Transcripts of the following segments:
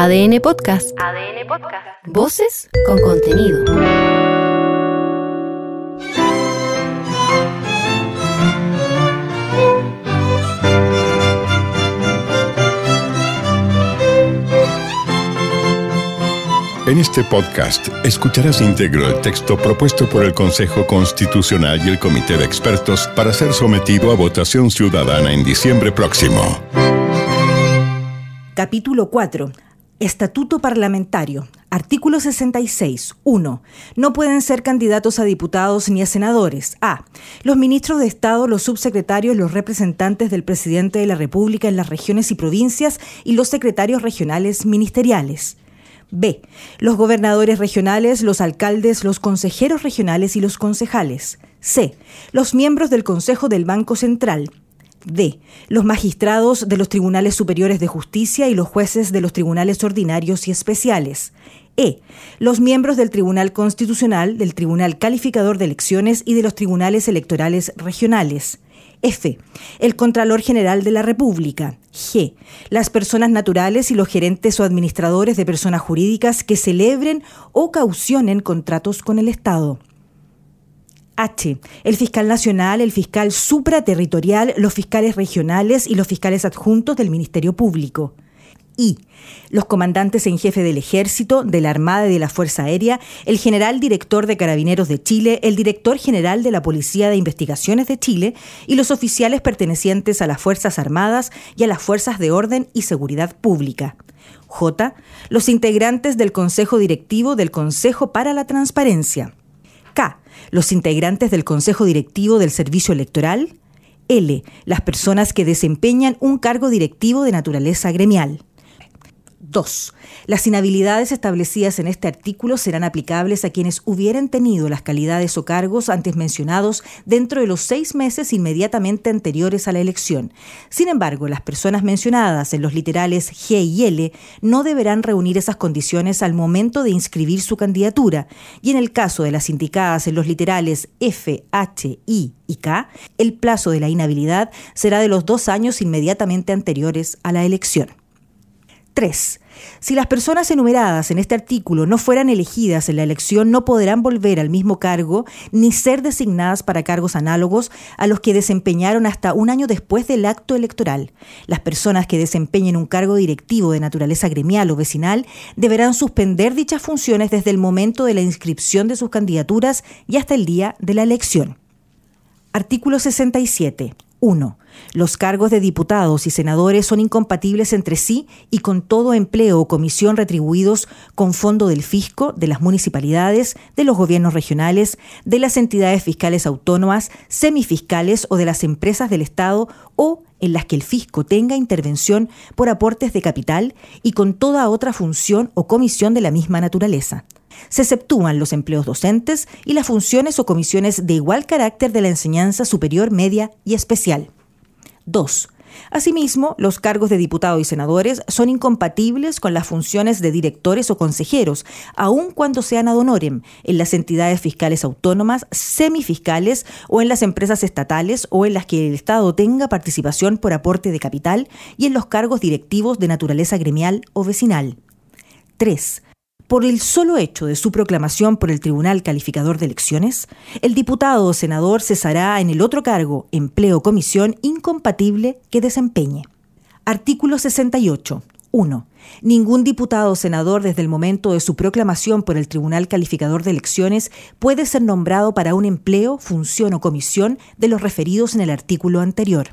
ADN Podcast. ADN Podcast. Voces con contenido. En este podcast escucharás íntegro el texto propuesto por el Consejo Constitucional y el Comité de Expertos para ser sometido a votación ciudadana en diciembre próximo. Capítulo 4. Estatuto Parlamentario. Artículo 66. 1. No pueden ser candidatos a diputados ni a senadores. A. Los ministros de Estado, los subsecretarios, los representantes del presidente de la República en las regiones y provincias y los secretarios regionales ministeriales. B. Los gobernadores regionales, los alcaldes, los consejeros regionales y los concejales. C. Los miembros del Consejo del Banco Central. D. Los magistrados de los Tribunales Superiores de Justicia y los jueces de los Tribunales Ordinarios y Especiales. E. Los miembros del Tribunal Constitucional, del Tribunal Calificador de Elecciones y de los Tribunales Electorales Regionales. F. El Contralor General de la República. G. Las personas naturales y los gerentes o administradores de personas jurídicas que celebren o caucionen contratos con el Estado. H. El fiscal nacional, el fiscal supraterritorial, los fiscales regionales y los fiscales adjuntos del Ministerio Público. I. Los comandantes en jefe del Ejército, de la Armada y de la Fuerza Aérea, el general director de Carabineros de Chile, el director general de la Policía de Investigaciones de Chile y los oficiales pertenecientes a las Fuerzas Armadas y a las Fuerzas de Orden y Seguridad Pública. J. Los integrantes del Consejo Directivo del Consejo para la Transparencia. K. Los integrantes del Consejo Directivo del Servicio Electoral. L. Las personas que desempeñan un cargo directivo de naturaleza gremial. 2. Las inhabilidades establecidas en este artículo serán aplicables a quienes hubieran tenido las calidades o cargos antes mencionados dentro de los 6 meses inmediatamente anteriores a la elección. Sin embargo, las personas mencionadas en los literales G y L no deberán reunir esas condiciones al momento de inscribir su candidatura, y en el caso de las indicadas en los literales F, H, I y K, el plazo de la inhabilidad será de los 2 años inmediatamente anteriores a la elección. 3. Si las personas enumeradas en este artículo no fueran elegidas en la elección, no podrán volver al mismo cargo ni ser designadas para cargos análogos a los que desempeñaron hasta un año después del acto electoral. Las personas que desempeñen un cargo directivo de naturaleza gremial o vecinal deberán suspender dichas funciones desde el momento de la inscripción de sus candidaturas y hasta el día de la elección. Artículo 67. 1. Los cargos de diputados y senadores son incompatibles entre sí y con todo empleo o comisión retribuidos con fondo del fisco, de las municipalidades, de los gobiernos regionales, de las entidades fiscales autónomas, semifiscales o de las empresas del Estado o en las que el fisco tenga intervención por aportes de capital y con toda otra función o comisión de la misma naturaleza. Se exceptúan los empleos docentes y las funciones o comisiones de igual carácter de la enseñanza superior, media y especial. 2. Asimismo, los cargos de diputados y senadores son incompatibles con las funciones de directores o consejeros, aun cuando sean ad honorem, en las entidades fiscales autónomas, semifiscales o en las empresas estatales o en las que el Estado tenga participación por aporte de capital y en los cargos directivos de naturaleza gremial o vecinal. 3. Por el solo hecho de su proclamación por el Tribunal Calificador de Elecciones, el diputado o senador cesará en el otro cargo, empleo o comisión incompatible que desempeñe. Artículo 68. 1. Ningún diputado o senador desde el momento de su proclamación por el Tribunal Calificador de Elecciones puede ser nombrado para un empleo, función o comisión de los referidos en el artículo anterior.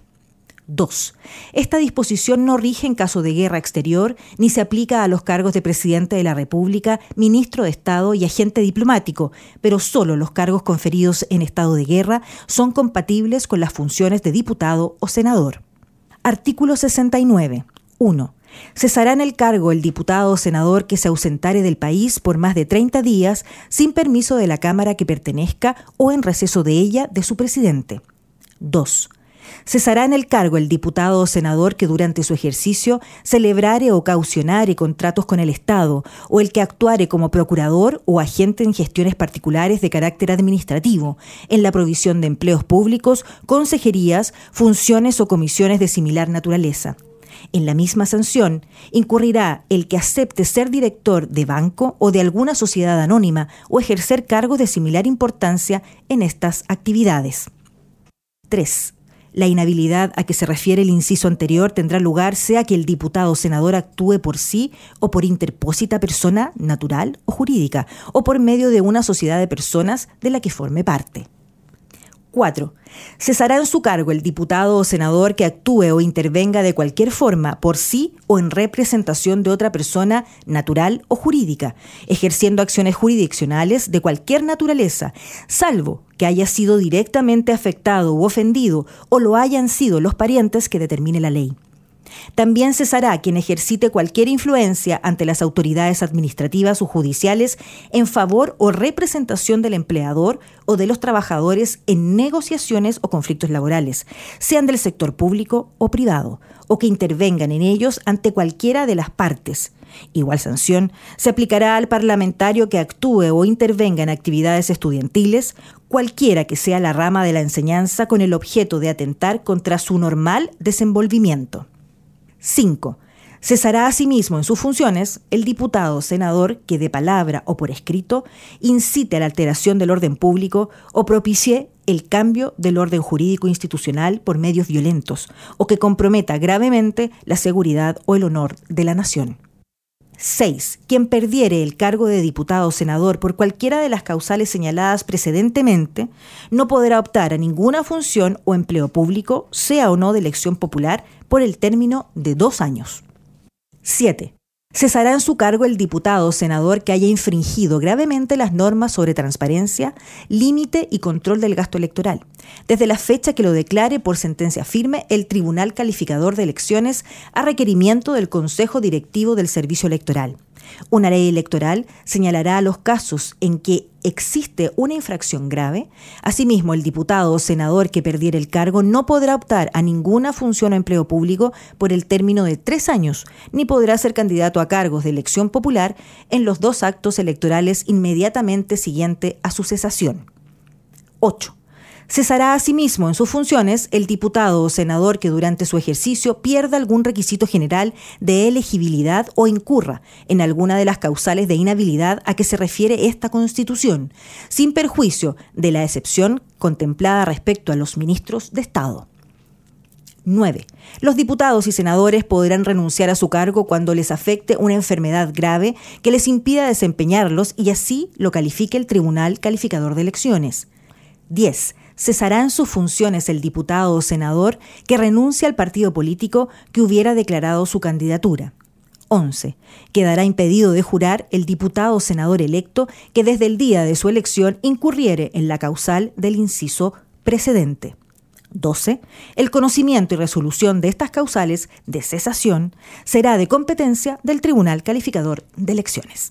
2. Esta disposición no rige en caso de guerra exterior ni se aplica a los cargos de presidente de la República, ministro de Estado y agente diplomático, pero solo los cargos conferidos en estado de guerra son compatibles con las funciones de diputado o senador. Artículo 69. 1. Cesará en el cargo el diputado o senador que se ausentare del país por más de 30 días sin permiso de la Cámara que pertenezca o en receso de ella de su presidente. 2. Cesará en el cargo el diputado o senador que durante su ejercicio celebrare o caucionare contratos con el Estado o el que actuare como procurador o agente en gestiones particulares de carácter administrativo, en la provisión de empleos públicos, consejerías, funciones o comisiones de similar naturaleza. En la misma sanción incurrirá el que acepte ser director de banco o de alguna sociedad anónima o ejercer cargos de similar importancia en estas actividades. 3. La inhabilidad a que se refiere el inciso anterior tendrá lugar sea que el diputado o senador actúe por sí o por interpósita persona natural o jurídica, o por medio de una sociedad de personas de la que forme parte. 4. Cesará en su cargo el diputado o senador que actúe o intervenga de cualquier forma por sí o en representación de otra persona natural o jurídica, ejerciendo acciones jurisdiccionales de cualquier naturaleza, salvo que haya sido directamente afectado u ofendido o lo hayan sido los parientes que determine la ley. También cesará quien ejercite cualquier influencia ante las autoridades administrativas o judiciales en favor o representación del empleador o de los trabajadores en negociaciones o conflictos laborales, sean del sector público o privado, o que intervengan en ellos ante cualquiera de las partes. Igual sanción se aplicará al parlamentario que actúe o intervenga en actividades estudiantiles, cualquiera que sea la rama de la enseñanza, con el objeto de atentar contra su normal desenvolvimiento. 5. Cesará asimismo en sus funciones el diputado o senador que de palabra o por escrito incite a la alteración del orden público o propicie el cambio del orden jurídico institucional por medios violentos o que comprometa gravemente la seguridad o el honor de la nación. 6. Quien perdiere el cargo de diputado o senador por cualquiera de las causales señaladas precedentemente, no podrá optar a ninguna función o empleo público, sea o no de elección popular, por el término de 2 años. 7. Cesará en su cargo el diputado o senador que haya infringido gravemente las normas sobre transparencia, límite y control del gasto electoral, desde la fecha que lo declare por sentencia firme el Tribunal Calificador de Elecciones a requerimiento del Consejo Directivo del Servicio Electoral. Una ley electoral señalará los casos en que existe una infracción grave. Asimismo, el diputado o senador que perdiere el cargo no podrá optar a ninguna función o empleo público por el término de 3 años, ni podrá ser candidato a cargos de elección popular en los 2 actos electorales inmediatamente siguiente a su cesación. 8. Cesará asimismo en sus funciones el diputado o senador que durante su ejercicio pierda algún requisito general de elegibilidad o incurra en alguna de las causales de inhabilidad a que se refiere esta Constitución, sin perjuicio de la excepción contemplada respecto a los ministros de Estado. 9. Los diputados y senadores podrán renunciar a su cargo cuando les afecte una enfermedad grave que les impida desempeñarlos y así lo califique el Tribunal Calificador de Elecciones. 10. Cesará en sus funciones el diputado o senador que renuncie al partido político que hubiera declarado su candidatura. 11. Quedará impedido de jurar el diputado o senador electo que desde el día de su elección incurriere en la causal del inciso precedente. 12. El conocimiento y resolución de estas causales de cesación será de competencia del Tribunal Calificador de Elecciones.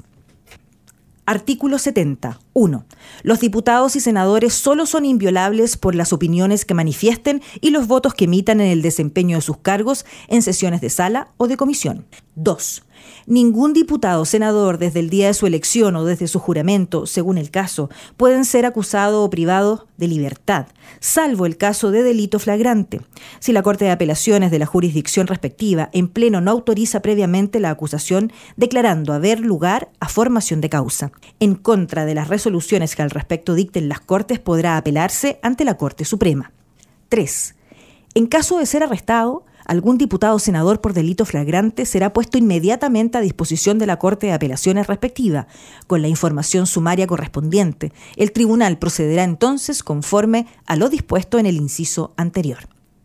Artículo 70. 1. Los diputados y senadores solo son inviolables por las opiniones que manifiesten y los votos que emitan en el desempeño de sus cargos en sesiones de sala o de comisión. 2. Ningún diputado o senador desde el día de su elección o desde su juramento, según el caso, pueden ser acusado o privado de libertad, salvo el caso de delito flagrante. Si la Corte de Apelaciones de la jurisdicción respectiva en pleno no autoriza previamente la acusación, declarando haber lugar a formación de causa. En contra de las resoluciones que al respecto dicten las Cortes, podrá apelarse ante la Corte Suprema. 3. En caso de ser arrestado, algún diputado o senador por delito flagrante será puesto inmediatamente a disposición de la Corte de Apelaciones respectiva, con la información sumaria correspondiente. El tribunal procederá entonces conforme a lo dispuesto en el inciso anterior.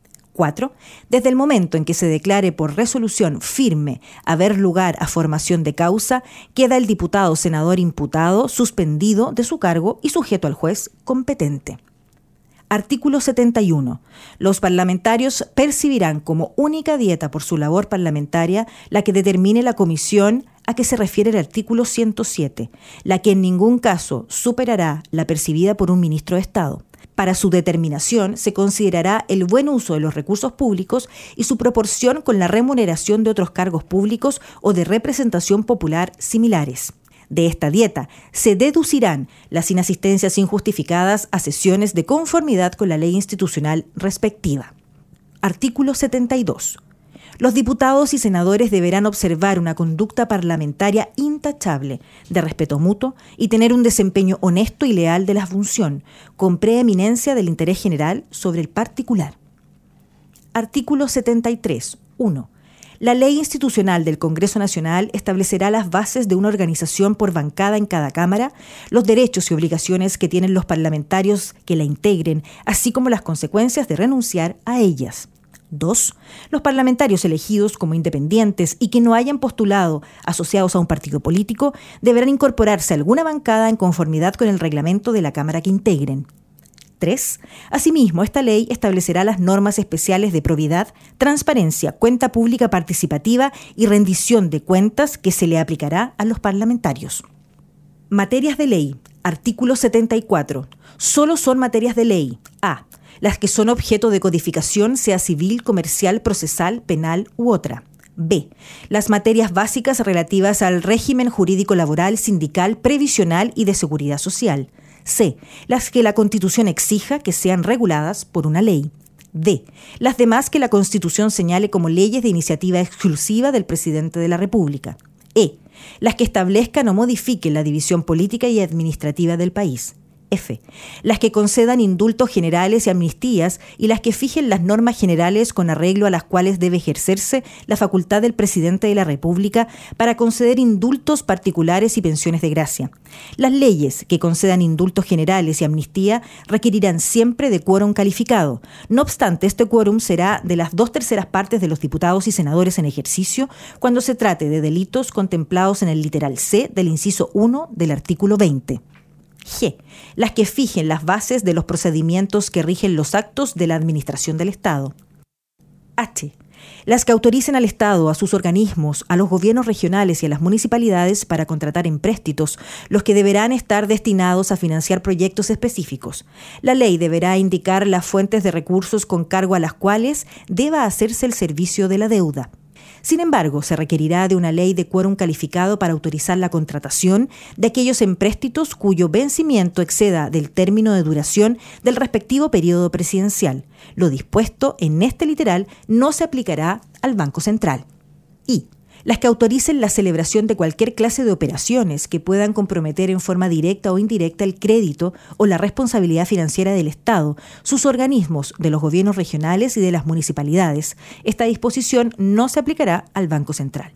4. Desde el momento en que se declare por resolución firme haber lugar a formación de causa, queda el diputado o senador imputado, suspendido de su cargo y sujeto al juez competente. Artículo 71. Los parlamentarios percibirán como única dieta por su labor parlamentaria la que determine la comisión a que se refiere el artículo 107, la que en ningún caso superará la percibida por un ministro de Estado. Para su determinación se considerará el buen uso de los recursos públicos y su proporción con la remuneración de otros cargos públicos o de representación popular similares. De esta dieta se deducirán las inasistencias injustificadas a sesiones de conformidad con la ley institucional respectiva. Artículo 72. Los diputados y senadores deberán observar una conducta parlamentaria intachable, de respeto mutuo, y tener un desempeño honesto y leal de la función, con preeminencia del interés general sobre el particular. Artículo 73. 1. La ley institucional del Congreso Nacional establecerá las bases de una organización por bancada en cada Cámara, los derechos y obligaciones que tienen los parlamentarios que la integren, así como las consecuencias de renunciar a ellas. 2. Los parlamentarios elegidos como independientes y que no hayan postulado asociados a un partido político deberán incorporarse a alguna bancada en conformidad con el reglamento de la Cámara que integren. 3. Asimismo, esta ley establecerá las normas especiales de probidad, transparencia, cuenta pública participativa y rendición de cuentas que se le aplicará a los parlamentarios. Materias de ley. Artículo 74. Solo son materias de ley. A. Las que son objeto de codificación, sea civil, comercial, procesal, penal u otra. B. Las materias básicas relativas al régimen jurídico laboral, sindical, previsional y de seguridad social. C. Las que la Constitución exija que sean reguladas por una ley. D. Las demás que la Constitución señale como leyes de iniciativa exclusiva del presidente de la República. E. Las que establezcan o modifiquen la división política y administrativa del país. F. Las que concedan indultos generales y amnistías y las que fijen las normas generales con arreglo a las cuales debe ejercerse la facultad del presidente de la República para conceder indultos particulares y pensiones de gracia. Las leyes que concedan indultos generales y amnistía requerirán siempre de quórum calificado. No obstante, este quórum será de las 2/3 partes de los diputados y senadores en ejercicio cuando se trate de delitos contemplados en el literal C del inciso 1 del artículo 20. G. Las que fijen las bases de los procedimientos que rigen los actos de la administración del Estado. H. Las que autoricen al Estado, a sus organismos, a los gobiernos regionales y a las municipalidades para contratar empréstitos, los que deberán estar destinados a financiar proyectos específicos. La ley deberá indicar las fuentes de recursos con cargo a las cuales deba hacerse el servicio de la deuda. Sin embargo, se requerirá de una ley de quórum calificado para autorizar la contratación de aquellos empréstitos cuyo vencimiento exceda del término de duración del respectivo periodo presidencial. Lo dispuesto en este literal no se aplicará al Banco Central. Y las que autoricen la celebración de cualquier clase de operaciones que puedan comprometer en forma directa o indirecta el crédito o la responsabilidad financiera del Estado, sus organismos, de los gobiernos regionales y de las municipalidades. Esta disposición no se aplicará al Banco Central.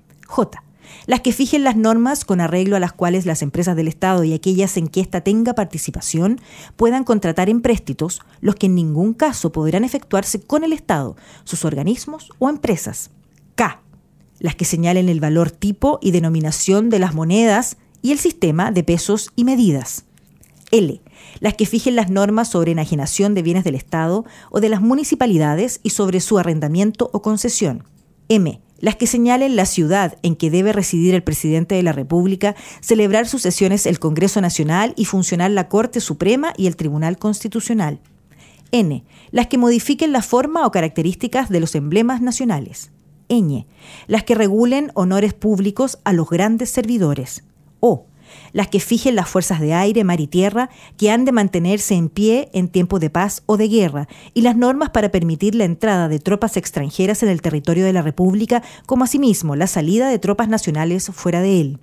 J. Las que fijen las normas con arreglo a las cuales las empresas del Estado y aquellas en que ésta tenga participación puedan contratar empréstitos, los que en ningún caso podrán efectuarse con el Estado, sus organismos o empresas. K. Las que señalen el valor tipo y denominación de las monedas y el sistema de pesos y medidas. L. Las que fijen las normas sobre enajenación de bienes del Estado o de las municipalidades y sobre su arrendamiento o concesión. M. Las que señalen la ciudad en que debe residir el presidente de la República, celebrar sus sesiones el Congreso Nacional y funcionar la Corte Suprema y el Tribunal Constitucional. N. Las que modifiquen la forma o características de los emblemas nacionales. Ñ. Las que regulen honores públicos a los grandes servidores. O. Las que fijen las fuerzas de aire, mar y tierra que han de mantenerse en pie en tiempo de paz o de guerra y las normas para permitir la entrada de tropas extranjeras en el territorio de la República, como asimismo la salida de tropas nacionales fuera de él.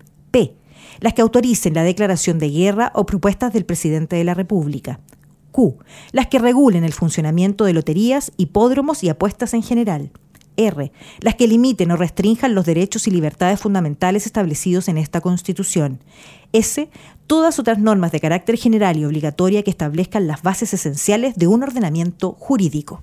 P. Las que autoricen la declaración de guerra o propuestas del presidente de la República. Q. Las que regulen el funcionamiento de loterías, hipódromos y apuestas en general. R. Las que limiten o restrinjan los derechos y libertades fundamentales establecidos en esta Constitución. S. Todas otras normas de carácter general y obligatoria que establezcan las bases esenciales de un ordenamiento jurídico.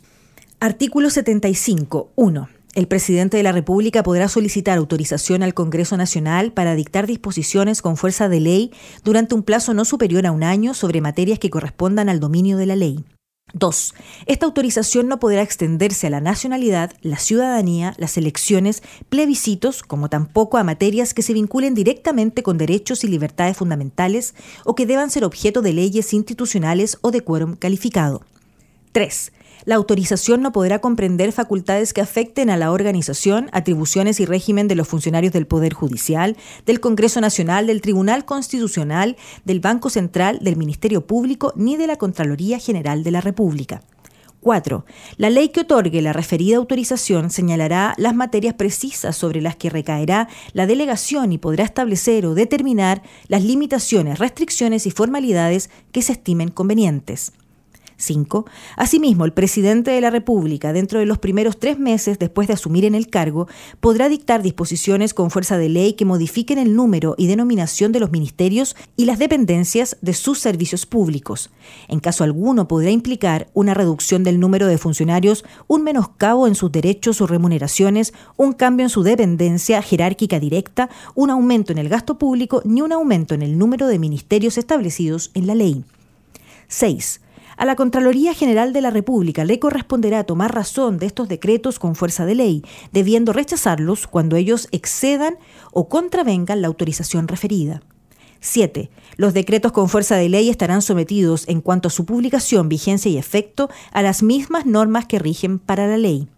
Artículo 75. 1. El presidente de la República podrá solicitar autorización al Congreso Nacional para dictar disposiciones con fuerza de ley durante un plazo no superior a un año sobre materias que correspondan al dominio de la ley. 2. Esta autorización no podrá extenderse a la nacionalidad, la ciudadanía, las elecciones, plebiscitos, como tampoco a materias que se vinculen directamente con derechos y libertades fundamentales o que deban ser objeto de leyes institucionales o de quórum calificado. 3. La autorización no podrá comprender facultades que afecten a la organización, atribuciones y régimen de los funcionarios del Poder Judicial, del Congreso Nacional, del Tribunal Constitucional, del Banco Central, del Ministerio Público ni de la Contraloría General de la República. 4. La ley que otorgue la referida autorización señalará las materias precisas sobre las que recaerá la delegación y podrá establecer o determinar las limitaciones, restricciones y formalidades que se estimen convenientes. 5. Asimismo, el presidente de la República, dentro de los primeros 3 meses después de asumir en el cargo, podrá dictar disposiciones con fuerza de ley que modifiquen el número y denominación de los ministerios y las dependencias de sus servicios públicos. En caso alguno, podrá implicar una reducción del número de funcionarios, un menoscabo en sus derechos o remuneraciones, un cambio en su dependencia jerárquica directa, un aumento en el gasto público ni un aumento en el número de ministerios establecidos en la ley. 6. A la Contraloría General de la República le corresponderá tomar razón de estos decretos con fuerza de ley, debiendo rechazarlos cuando ellos excedan o contravengan la autorización referida. 7. Los decretos con fuerza de ley estarán sometidos, en cuanto a su publicación, vigencia y efecto, a las mismas normas que rigen para la ley.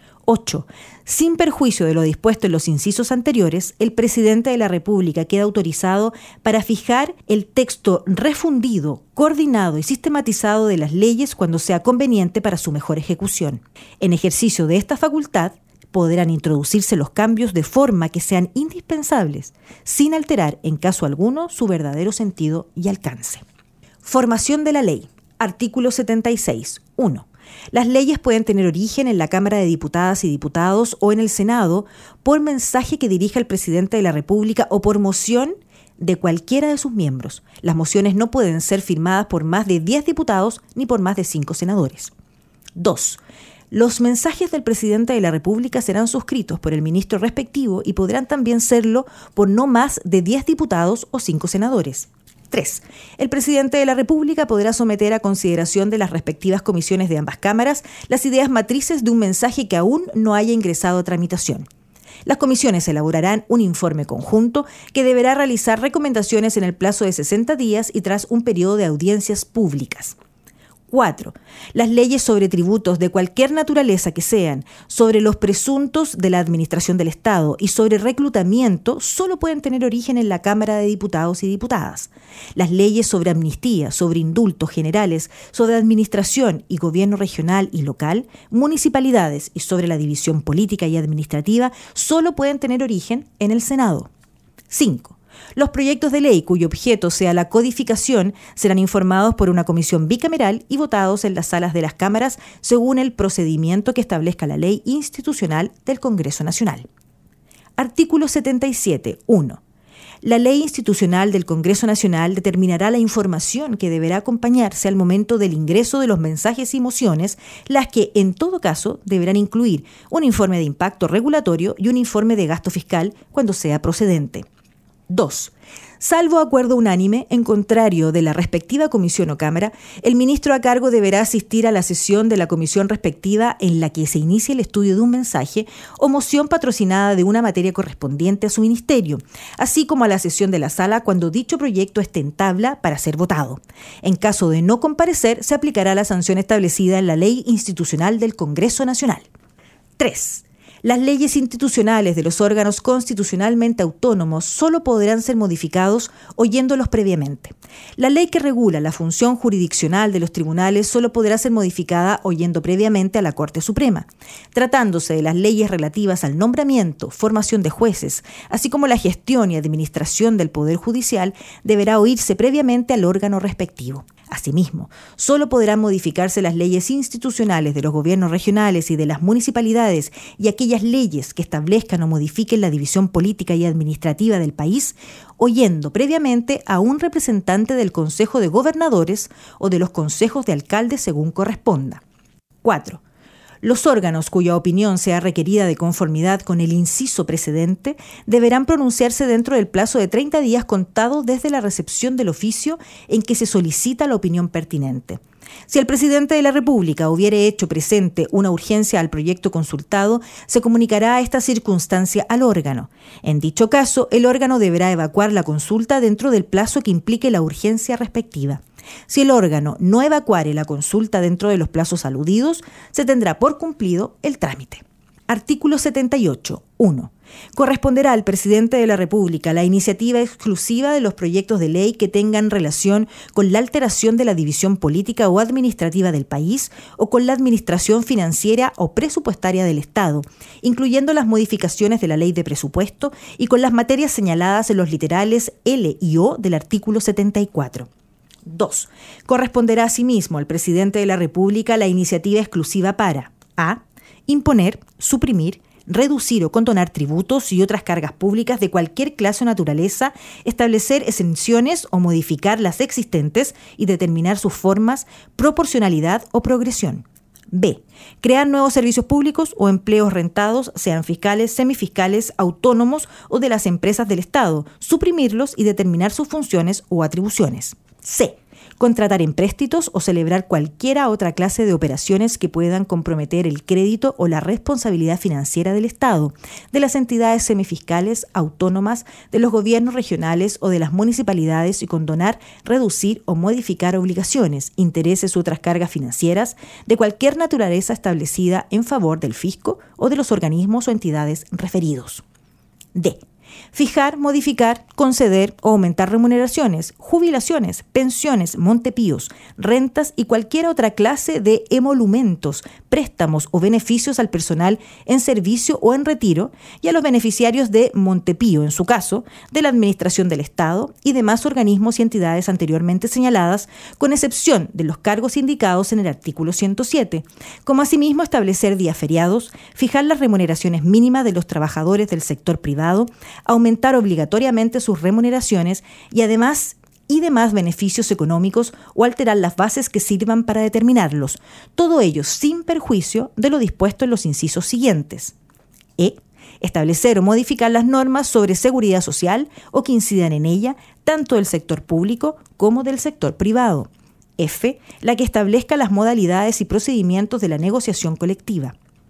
8. Sin perjuicio de lo dispuesto en los incisos anteriores, el presidente de la República queda autorizado para fijar el texto refundido, coordinado y sistematizado de las leyes cuando sea conveniente para su mejor ejecución. En ejercicio de esta facultad, podrán introducirse los cambios de forma que sean indispensables, sin alterar en caso alguno su verdadero sentido y alcance. Formación de la ley. Artículo 76. 1. Las leyes pueden tener origen en la Cámara de Diputadas y Diputados o en el Senado por mensaje que dirija el presidente de la República o por moción de cualquiera de sus miembros. Las mociones no pueden ser firmadas por más de 10 diputados ni por más de 5 senadores. 2. Los mensajes del presidente de la República serán suscritos por el ministro respectivo y podrán también serlo por no más de 10 diputados o 5 senadores. 3. El presidente de la República podrá someter a consideración de las respectivas comisiones de ambas cámaras las ideas matrices de un mensaje que aún no haya ingresado a tramitación. Las comisiones elaborarán un informe conjunto que deberá realizar recomendaciones en el plazo de 60 días y tras un periodo de audiencias públicas. 4. Las leyes sobre tributos de cualquier naturaleza que sean, sobre los presuntos de la administración del Estado y sobre reclutamiento solo pueden tener origen en la Cámara de Diputados y Diputadas. Las leyes sobre amnistía, sobre indultos generales, sobre administración y gobierno regional y local, municipalidades y sobre la división política y administrativa solo pueden tener origen en el Senado. 5. Los proyectos de ley cuyo objeto sea la codificación serán informados por una comisión bicameral y votados en las salas de las cámaras según el procedimiento que establezca la ley institucional del Congreso Nacional. Artículo 77. 1. La ley institucional del Congreso Nacional determinará la información que deberá acompañarse al momento del ingreso de los mensajes y mociones, las que, en todo caso, deberán incluir un informe de impacto regulatorio y un informe de gasto fiscal cuando sea procedente. 2. Salvo acuerdo unánime, en contrario de la respectiva comisión o cámara, el ministro a cargo deberá asistir a la sesión de la comisión respectiva en la que se inicie el estudio de un mensaje o moción patrocinada de una materia correspondiente a su ministerio, así como a la sesión de la sala cuando dicho proyecto esté en tabla para ser votado. En caso de no comparecer, se aplicará la sanción establecida en la Ley Institucional del Congreso Nacional. 3. Las leyes institucionales de los órganos constitucionalmente autónomos solo podrán ser modificados oyéndolos previamente. La ley que regula la función jurisdiccional de los tribunales solo podrá ser modificada oyendo previamente a la Corte Suprema. Tratándose de las leyes relativas al nombramiento, formación de jueces, así como la gestión y administración del Poder Judicial, deberá oírse previamente al órgano respectivo. Asimismo, solo podrán modificarse las leyes institucionales de los gobiernos regionales y de las municipalidades y aquellas leyes que establezcan o modifiquen la división política y administrativa del país, oyendo previamente a un representante del Consejo de Gobernadores o de los consejos de alcaldes según corresponda. 4. Los órganos cuya opinión sea requerida de conformidad con el inciso precedente deberán pronunciarse dentro del plazo de 30 días contado desde la recepción del oficio en que se solicita la opinión pertinente. Si el presidente de la República hubiere hecho presente una urgencia al proyecto consultado, se comunicará esta circunstancia al órgano. En dicho caso, el órgano deberá evacuar la consulta dentro del plazo que implique la urgencia respectiva. Si el órgano no evacuare la consulta dentro de los plazos aludidos, se tendrá por cumplido el trámite. Artículo 78. 1. Corresponderá al presidente de la República la iniciativa exclusiva de los proyectos de ley que tengan relación con la alteración de la división política o administrativa del país o con la administración financiera o presupuestaria del Estado, incluyendo las modificaciones de la ley de presupuesto y con las materias señaladas en los literales L y O del artículo 74. 2. Corresponderá asimismo al presidente de la República la iniciativa exclusiva para a. Imponer, suprimir, reducir o condonar tributos y otras cargas públicas de cualquier clase o naturaleza, establecer exenciones o modificar las existentes y determinar sus formas, proporcionalidad o progresión. B. Crear nuevos servicios públicos o empleos rentados, sean fiscales, semifiscales, autónomos o de las empresas del Estado, suprimirlos y determinar sus funciones o atribuciones. C. Contratar empréstitos o celebrar cualquiera otra clase de operaciones que puedan comprometer el crédito o la responsabilidad financiera del Estado, de las entidades semifiscales, autónomas, de los gobiernos regionales o de las municipalidades y condonar, reducir o modificar obligaciones, intereses u otras cargas financieras de cualquier naturaleza establecida en favor del fisco o de los organismos o entidades referidos. D. Fijar, modificar, conceder o aumentar remuneraciones, jubilaciones, pensiones, montepíos, rentas y cualquier otra clase de emolumentos, préstamos o beneficios al personal en servicio o en retiro y a los beneficiarios de montepío, en su caso, de la Administración del Estado y demás organismos y entidades anteriormente señaladas, con excepción de los cargos indicados en el artículo 107, como asimismo establecer días feriados, fijar las remuneraciones mínimas de los trabajadores del sector privado, aumentar obligatoriamente sus remuneraciones y además demás beneficios económicos o alterar las bases que sirvan para determinarlos, todo ello sin perjuicio de lo dispuesto en los incisos siguientes. E. Establecer o modificar las normas sobre seguridad social o que incidan en ella, tanto del sector público como del sector privado. F. La que establezca las modalidades y procedimientos de la negociación colectiva.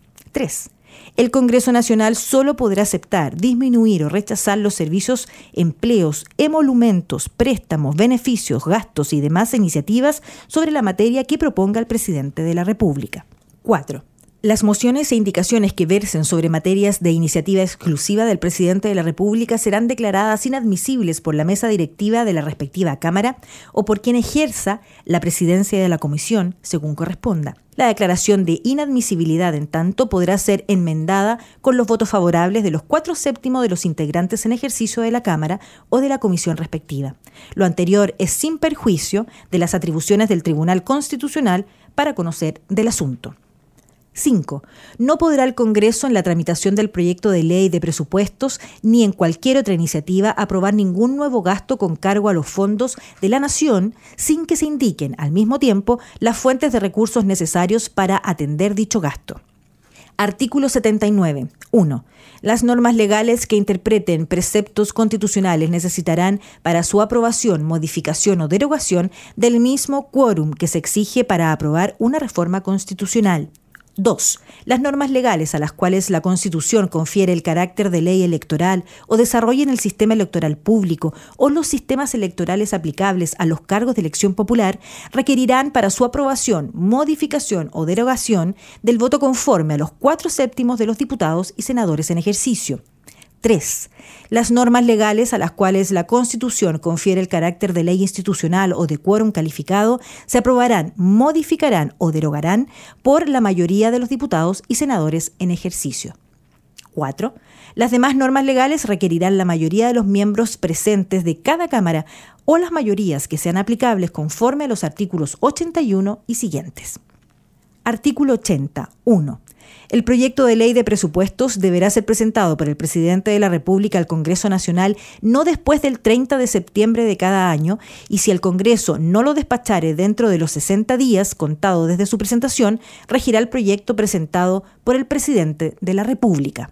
3. El Congreso Nacional solo podrá aceptar, disminuir o rechazar los servicios, empleos, emolumentos, préstamos, beneficios, gastos y demás iniciativas sobre la materia que proponga el presidente de la República. 4. Las mociones e indicaciones que versen sobre materias de iniciativa exclusiva del presidente de la República serán declaradas inadmisibles por la mesa directiva de la respectiva Cámara o por quien ejerza la presidencia de la comisión, según corresponda. La declaración de inadmisibilidad, en tanto, podrá ser enmendada con los votos favorables de los 4/7 de los integrantes en ejercicio de la Cámara o de la comisión respectiva. Lo anterior es sin perjuicio de las atribuciones del Tribunal Constitucional para conocer del asunto. 5. No podrá el Congreso, en la tramitación del proyecto de ley de presupuestos ni en cualquier otra iniciativa, aprobar ningún nuevo gasto con cargo a los fondos de la Nación sin que se indiquen al mismo tiempo las fuentes de recursos necesarios para atender dicho gasto. Artículo 79. 1. Las normas legales que interpreten preceptos constitucionales necesitarán para su aprobación, modificación o derogación del mismo quórum que se exige para aprobar una reforma constitucional. 2. Las normas legales a las cuales la Constitución confiere el carácter de ley electoral o desarrollen el sistema electoral público o los sistemas electorales aplicables a los cargos de elección popular requerirán para su aprobación, modificación o derogación del voto conforme a los 4/7 de los diputados y senadores en ejercicio. 3. Las normas legales a las cuales la Constitución confiere el carácter de ley institucional o de quórum calificado se aprobarán, modificarán o derogarán por la mayoría de los diputados y senadores en ejercicio. 4. Las demás normas legales requerirán la mayoría de los miembros presentes de cada Cámara o las mayorías que sean aplicables conforme a los artículos 81 y siguientes. Artículo 80. 1. El proyecto de ley de presupuestos deberá ser presentado por el presidente de la República al Congreso Nacional no después del 30 de septiembre de cada año y si el Congreso no lo despachare dentro de los 60 días contado desde su presentación, regirá el proyecto presentado por el presidente de la República.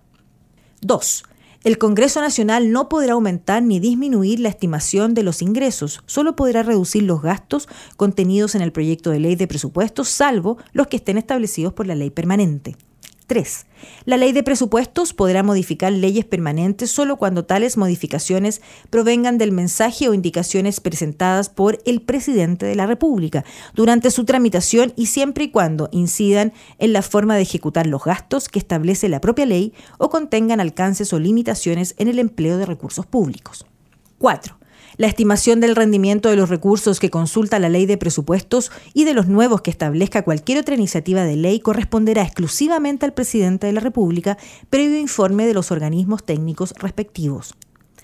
2. El Congreso Nacional no podrá aumentar ni disminuir la estimación de los ingresos, solo podrá reducir los gastos contenidos en el proyecto de ley de presupuestos, salvo los que estén establecidos por la ley permanente. 3. La ley de presupuestos podrá modificar leyes permanentes solo cuando tales modificaciones provengan del mensaje o indicaciones presentadas por el presidente de la República durante su tramitación y siempre y cuando incidan en la forma de ejecutar los gastos que establece la propia ley o contengan alcances o limitaciones en el empleo de recursos públicos. 4. La estimación del rendimiento de los recursos que consulta la ley de presupuestos y de los nuevos que establezca cualquier otra iniciativa de ley corresponderá exclusivamente al presidente de la República, previo informe de los organismos técnicos respectivos.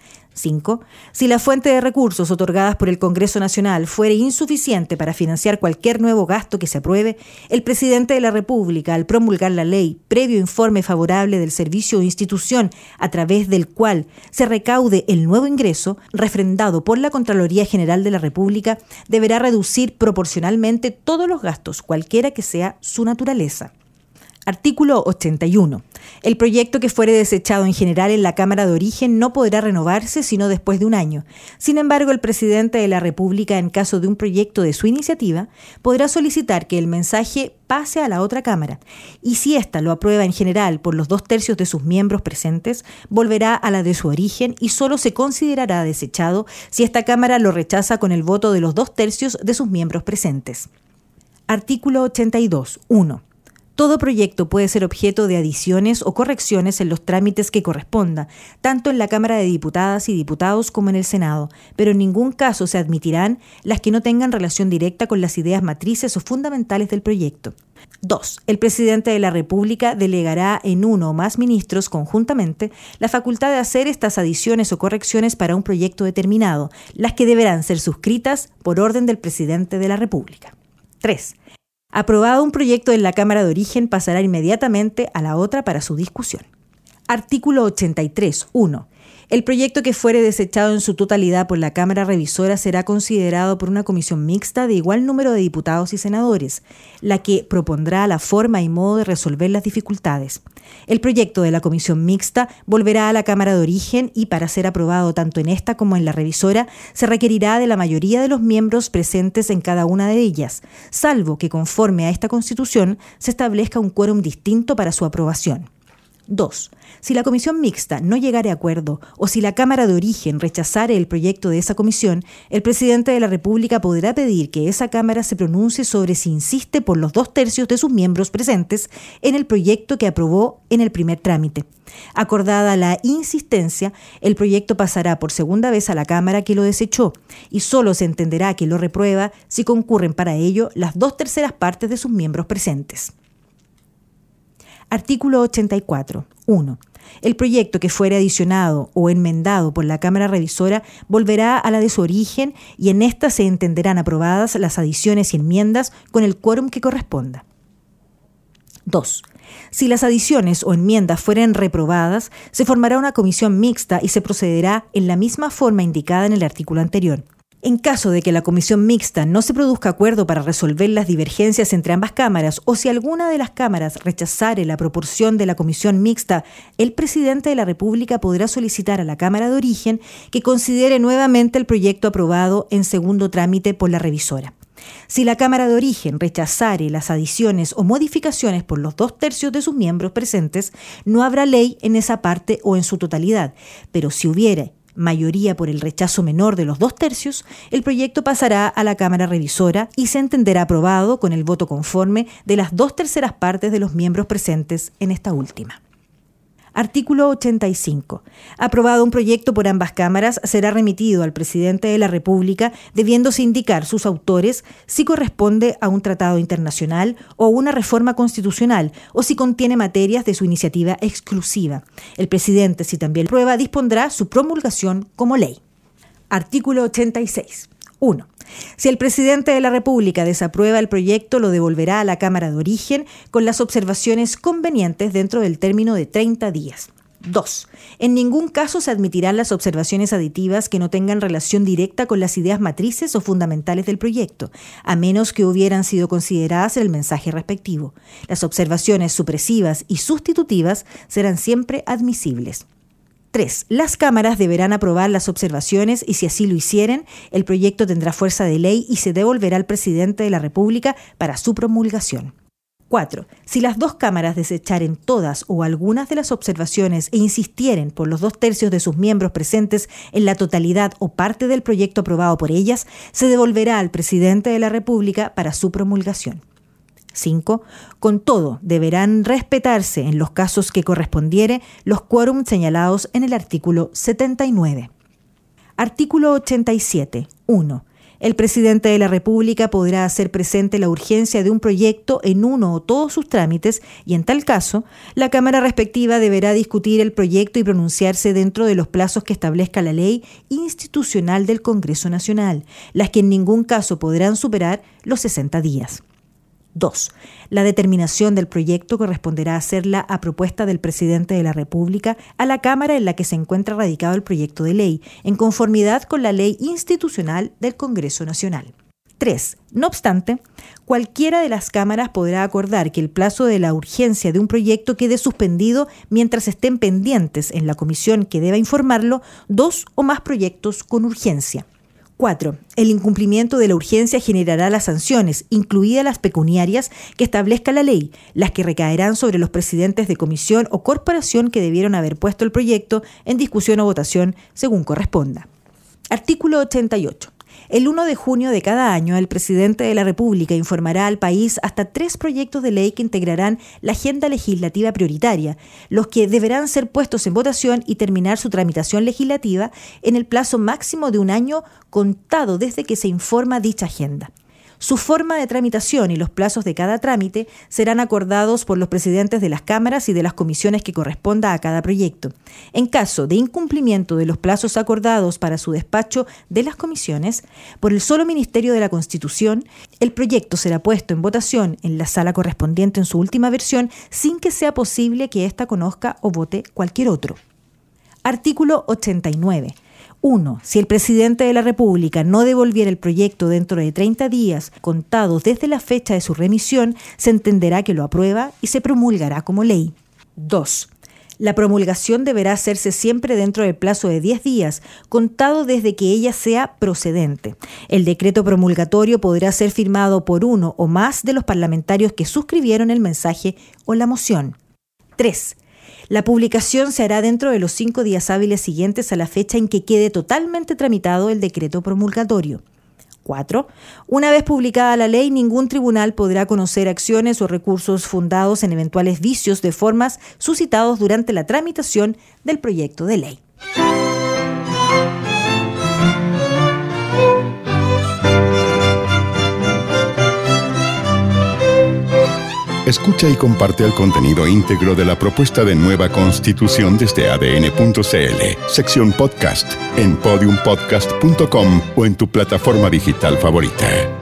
5. Si la fuente de recursos otorgadas por el Congreso Nacional fuere insuficiente para financiar cualquier nuevo gasto que se apruebe, el presidente de la República, al promulgar la ley, previo informe favorable del servicio o institución a través del cual se recaude el nuevo ingreso, refrendado por la Contraloría General de la República, deberá reducir proporcionalmente todos los gastos, cualquiera que sea su naturaleza. Artículo 81. El proyecto que fuere desechado en general en la Cámara de Origen no podrá renovarse sino después de un año. Sin embargo, el presidente de la República, en caso de un proyecto de su iniciativa, podrá solicitar que el mensaje pase a la otra Cámara. Y si ésta lo aprueba en general por los 2/3 de sus miembros presentes, volverá a la de su origen y solo se considerará desechado si esta Cámara lo rechaza con el voto de los 2/3 de sus miembros presentes. Artículo 82. 1. Todo proyecto puede ser objeto de adiciones o correcciones en los trámites que corresponda, tanto en la Cámara de Diputadas y Diputados como en el Senado, pero en ningún caso se admitirán las que no tengan relación directa con las ideas matrices o fundamentales del proyecto. 2. El presidente de la República delegará en uno o más ministros conjuntamente la facultad de hacer estas adiciones o correcciones para un proyecto determinado, las que deberán ser suscritas por orden del presidente de la República. 3. Aprobado un proyecto en la Cámara de Origen, pasará inmediatamente a la otra para su discusión. Artículo 83. 1. El proyecto que fuere desechado en su totalidad por la Cámara Revisora será considerado por una comisión mixta de igual número de diputados y senadores, la que propondrá la forma y modo de resolver las dificultades. El proyecto de la comisión mixta volverá a la Cámara de Origen y, para ser aprobado tanto en esta como en la revisora, se requerirá de la mayoría de los miembros presentes en cada una de ellas, salvo que, conforme a esta Constitución, se establezca un quórum distinto para su aprobación. 2. Si la comisión mixta no llegare a acuerdo o si la Cámara de Origen rechazare el proyecto de esa comisión, el presidente de la República podrá pedir que esa Cámara se pronuncie sobre si insiste por los 2/3 de sus miembros presentes en el proyecto que aprobó en el primer trámite. Acordada la insistencia, el proyecto pasará por segunda vez a la Cámara que lo desechó y solo se entenderá que lo reprueba si concurren para ello las 2/3 partes de sus miembros presentes. Artículo 84. 1. El proyecto que fuere adicionado o enmendado por la Cámara Revisora volverá a la de su origen y en esta se entenderán aprobadas las adiciones y enmiendas con el quórum que corresponda. 2. Si las adiciones o enmiendas fueren reprobadas, se formará una comisión mixta y se procederá en la misma forma indicada en el artículo anterior. En caso de que la comisión mixta no se produzca acuerdo para resolver las divergencias entre ambas cámaras o si alguna de las cámaras rechazare la proporción de la comisión mixta, el presidente de la República podrá solicitar a la Cámara de Origen que considere nuevamente el proyecto aprobado en segundo trámite por la revisora. Si la Cámara de Origen rechazare las adiciones o modificaciones por los 2/3 de sus miembros presentes, no habrá ley en esa parte o en su totalidad, pero si hubiere mayoría por el rechazo menor de los 2/3, el proyecto pasará a la Cámara Revisora y se entenderá aprobado con el voto conforme de las 2/3 partes de los miembros presentes en esta última. Artículo 85. Aprobado un proyecto por ambas cámaras, será remitido al presidente de la República, debiéndose indicar sus autores si corresponde a un tratado internacional o una reforma constitucional o si contiene materias de su iniciativa exclusiva. El presidente, si también lo aprueba, dispondrá su promulgación como ley. Artículo 86. 1. Si el presidente de la República desaprueba el proyecto, lo devolverá a la Cámara de Origen con las observaciones convenientes dentro del término de 30 días. 2. En ningún caso se admitirán las observaciones aditivas que no tengan relación directa con las ideas matrices o fundamentales del proyecto, a menos que hubieran sido consideradas en el mensaje respectivo. Las observaciones supresivas y sustitutivas serán siempre admisibles. 3. Las cámaras deberán aprobar las observaciones y si así lo hicieren, el proyecto tendrá fuerza de ley y se devolverá al presidente de la República para su promulgación. 4. Si las dos cámaras desecharen todas o algunas de las observaciones e insistieren por los 2/3 de sus miembros presentes en la totalidad o parte del proyecto aprobado por ellas, se devolverá al presidente de la República para su promulgación. 5. Con todo, deberán respetarse en los casos que correspondiere los quórum señalados en el artículo 79. Artículo 87. 1. El presidente de la República podrá hacer presente la urgencia de un proyecto en uno o todos sus trámites y, en tal caso, la Cámara respectiva deberá discutir el proyecto y pronunciarse dentro de los plazos que establezca la ley institucional del Congreso Nacional, las que en ningún caso podrán superar los 60 días. 2. La determinación del proyecto corresponderá hacerla a propuesta del presidente de la República a la Cámara en la que se encuentra radicado el proyecto de ley, en conformidad con la ley institucional del Congreso Nacional. 3. No obstante, cualquiera de las cámaras podrá acordar que el plazo de la urgencia de un proyecto quede suspendido mientras estén pendientes en la comisión que deba informarlo 2 o más proyectos con urgencia. 4. El incumplimiento de la urgencia generará las sanciones, incluidas las pecuniarias, que establezca la ley, las que recaerán sobre los presidentes de comisión o corporación que debieron haber puesto el proyecto en discusión o votación según corresponda. Artículo 88. El 1 de junio de cada año, el presidente de la República informará al país hasta 3 proyectos de ley que integrarán la agenda legislativa prioritaria, los que deberán ser puestos en votación y terminar su tramitación legislativa en el plazo máximo de un año contado desde que se informa dicha agenda. Su forma de tramitación y los plazos de cada trámite serán acordados por los presidentes de las cámaras y de las comisiones que corresponda a cada proyecto. En caso de incumplimiento de los plazos acordados para su despacho de las comisiones, por el solo Ministerio de la Constitución, el proyecto será puesto en votación en la sala correspondiente en su última versión sin que sea posible que ésta conozca o vote cualquier otro. Artículo 89. 1. Si el presidente de la República no devolviera el proyecto dentro de 30 días contados desde la fecha de su remisión, se entenderá que lo aprueba y se promulgará como ley. 2. La promulgación deberá hacerse siempre dentro del plazo de 10 días, contado desde que ella sea procedente. El decreto promulgatorio podrá ser firmado por uno o más de los parlamentarios que suscribieron el mensaje o la moción. 3. La publicación se hará dentro de los 5 días hábiles siguientes a la fecha en que quede totalmente tramitado el decreto promulgatorio. 4. Una vez publicada la ley, ningún tribunal podrá conocer acciones o recursos fundados en eventuales vicios de formas suscitados durante la tramitación del proyecto de ley. Escucha y comparte el contenido íntegro de la propuesta de nueva Constitución desde adn.cl, sección podcast, en podiumpodcast.com o en tu plataforma digital favorita.